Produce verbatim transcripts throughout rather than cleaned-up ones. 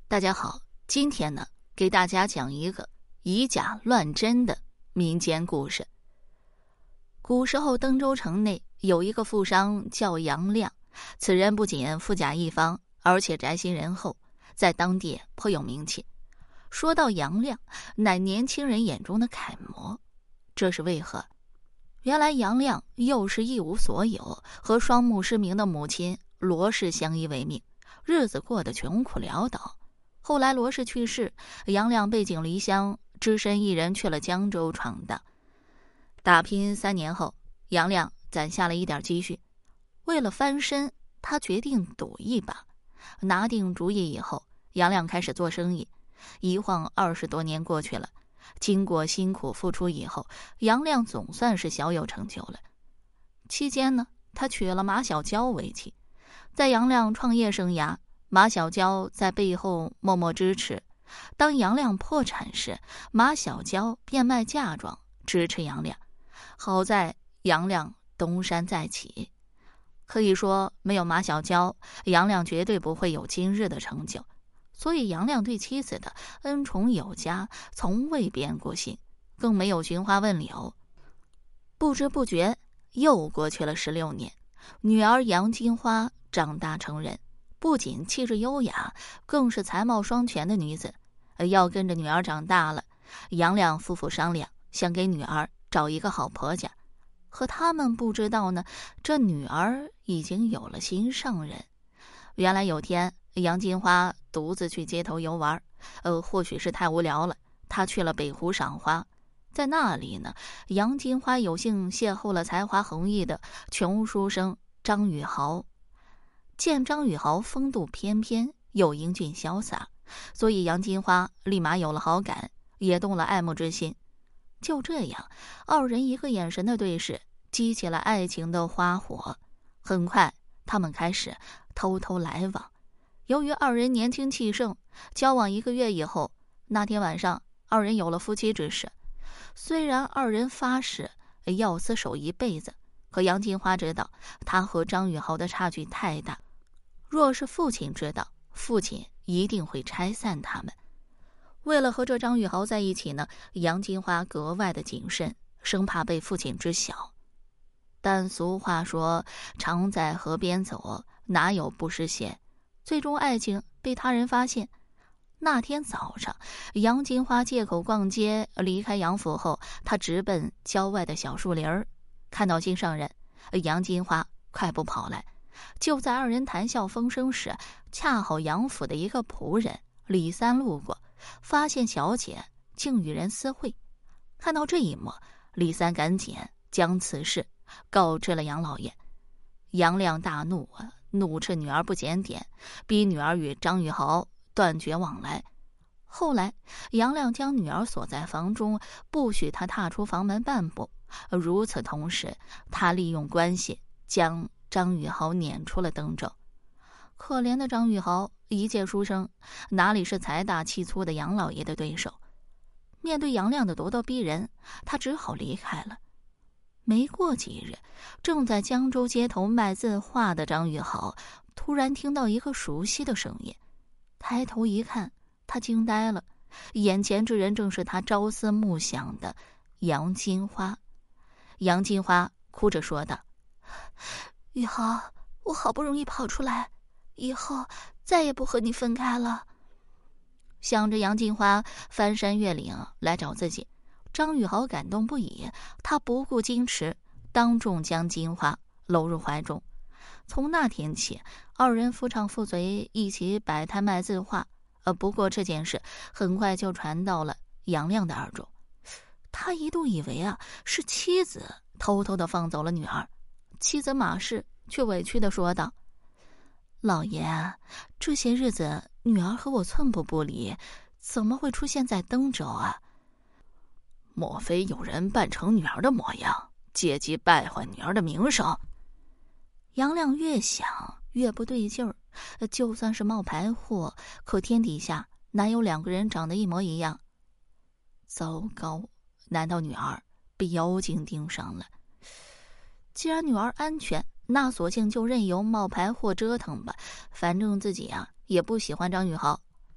大家好，今天呢，给大家讲一个以假乱真的民间故事。古时候，登州城内有一个富商叫杨亮，此人不仅富甲一方，而且宅心仁厚，在当地颇有名气。说到杨亮，乃年轻人眼中的楷模，这是为何？原来杨亮又是一无所有，和双目失明的母亲罗氏相依为命，日子过得穷苦潦倒。后来罗氏去世，杨亮背井离乡，只身一人去了江州闯荡。打拼三年后，杨亮攒下了一点积蓄，为了翻身，他决定赌一把。拿定主意以后，杨亮开始做生意。一晃二十多年过去了，经过辛苦付出以后，杨亮总算是小有成就了。期间呢，他娶了马小娇为妻。在杨亮创业生涯，马小娇在背后默默支持。当杨亮破产时，马小娇变卖嫁妆支持杨亮。好在杨亮东山再起，可以说没有马小娇，杨亮绝对不会有今日的成就。所以杨亮对妻子的恩宠有加，从未变过心，更没有寻花问柳。不知不觉又过去了十六年，女儿杨金花长大成人，不仅气质优雅，更是才貌双全的女子。要跟着女儿长大了，杨亮夫妇商量，想给女儿找一个好婆家。可他们不知道呢，这女儿已经有了心上人。原来有天，杨金花独自去街头游玩，呃，或许是太无聊了，她去了北湖赏花。在那里呢，杨金花有幸邂逅了才华横溢的穷书生张宇豪。见张宇豪风度翩翩又英俊潇洒，所以杨金花立马有了好感，也动了爱慕之心。就这样，二人一个眼神的对视，激起了爱情的花火。很快，他们开始偷偷来往。由于二人年轻气盛，交往一个月以后，那天晚上二人有了夫妻之事。虽然二人发誓要厮守一辈子，可杨金花知道他和张宇豪的差距太大，若是父亲知道，父亲一定会拆散他们。为了和这张宇豪在一起呢，杨金花格外的谨慎，生怕被父亲知晓。但俗话说，常在河边走，哪有不湿鞋。最终爱情被他人发现。那天早上，杨金花借口逛街离开杨府后，她直奔郊外的小树林儿。看到心上人，杨金花快步跑来。就在二人谈笑风生时，恰好杨府的一个仆人李三路过，发现小姐竟与人私会。看到这一幕，李三赶紧将此事告知了杨老爷。杨亮大怒啊，怒斥女儿不检点，逼女儿与张宇豪断绝往来。后来杨亮将女儿锁在房中，不许她踏出房门半步。如此同时，他利用关系将张宇豪撵出了登州。可怜的张宇豪一介书生，哪里是财大气粗的杨老爷的对手？面对杨亮的咄咄逼人，他只好离开了。没过几日，正在江州街头卖字画的张宇豪突然听到一个熟悉的声音，抬头一看，他惊呆了，眼前之人正是他朝思暮想的杨金花。杨金花哭着说道：“宇豪，我好不容易跑出来，以后再也不和你分开了。”想着杨金花翻山越岭来找自己，张宇豪感动不已，他不顾矜持，当众将金花搂入怀中。从那天起，二人夫唱妇随，一起摆摊卖字画。呃，不过这件事很快就传到了杨亮的耳中。他一度以为啊是妻子偷偷的放走了女儿。妻子马氏却委屈的说道：“老爷，这些日子女儿和我寸步不离，怎么会出现在登州啊？莫非有人扮成女儿的模样，借机败坏女儿的名声？”杨亮越想越不对劲儿，就算是冒牌货，可天底下哪有两个人长得一模一样？糟糕，难道女儿被妖精盯上了？既然女儿安全，那索性就任由冒牌货折腾吧，反正自己啊也不喜欢张宇豪。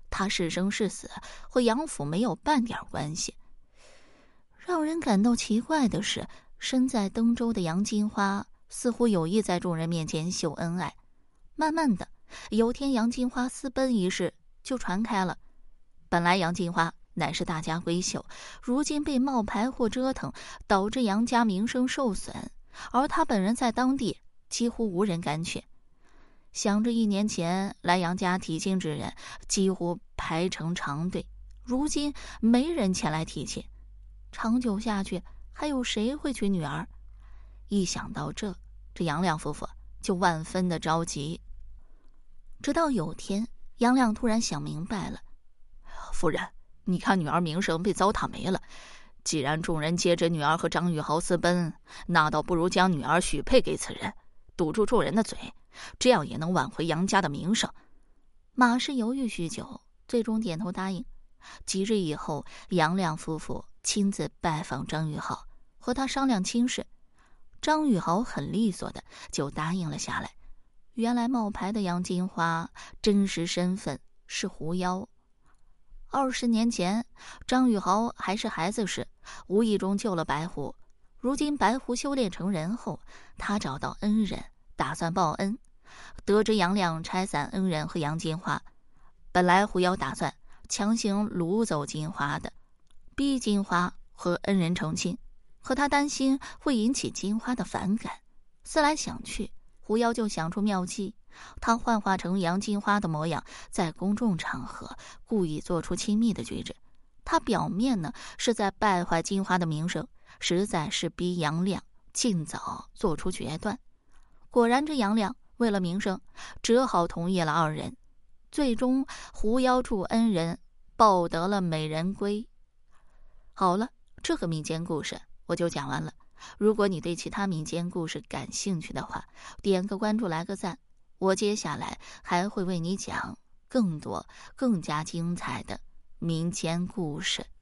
他是生是死和杨府没有半点关系。让人感到奇怪的是，身在登州的杨金花似乎有意在众人面前秀恩爱。慢慢的，有天杨金花私奔一事就传开了。本来杨金花乃是大家闺秀，如今被冒牌货折腾，导致杨家名声受损，而她本人在当地几乎无人敢娶。想着一年前来杨家提亲之人几乎排成长队，如今没人前来提亲，长久下去还有谁会娶女儿？一想到这，这杨亮夫妇就万分的着急。直到有天，杨亮突然想明白了，夫人，你看女儿名声被糟蹋没了，既然众人皆知女儿和张玉豪私奔，那倒不如将女儿许配给此人，堵住众人的嘴，这样也能挽回杨家的名声。马氏犹豫许久，最终点头答应。几日以后，杨亮夫妇亲自拜访张玉豪，和他商量亲事。张玉豪很利索的就答应了下来。原来冒牌的杨金花真实身份是狐妖。二十年前，张玉豪还是孩子时，无意中救了白狐。如今白狐修炼成人后，他找到恩人，打算报恩。得知杨亮拆散恩人和杨金花，本来狐妖打算强行掳走金花的，逼金花和恩人成亲，可他担心会引起金花的反感。思来想去，狐妖就想出妙计，他幻化成杨金花的模样，在公众场合故意做出亲密的举止。他表面呢是在败坏金花的名声，实在是逼杨亮尽早做出决断。果然，这杨亮为了名声，只好同意了二人。最终，狐妖助恩人，抱得了美人归。好了，这个民间故事我就讲完了。如果你对其他民间故事感兴趣的话，点个关注，来个赞，我接下来还会为你讲更多更加精彩的民间故事。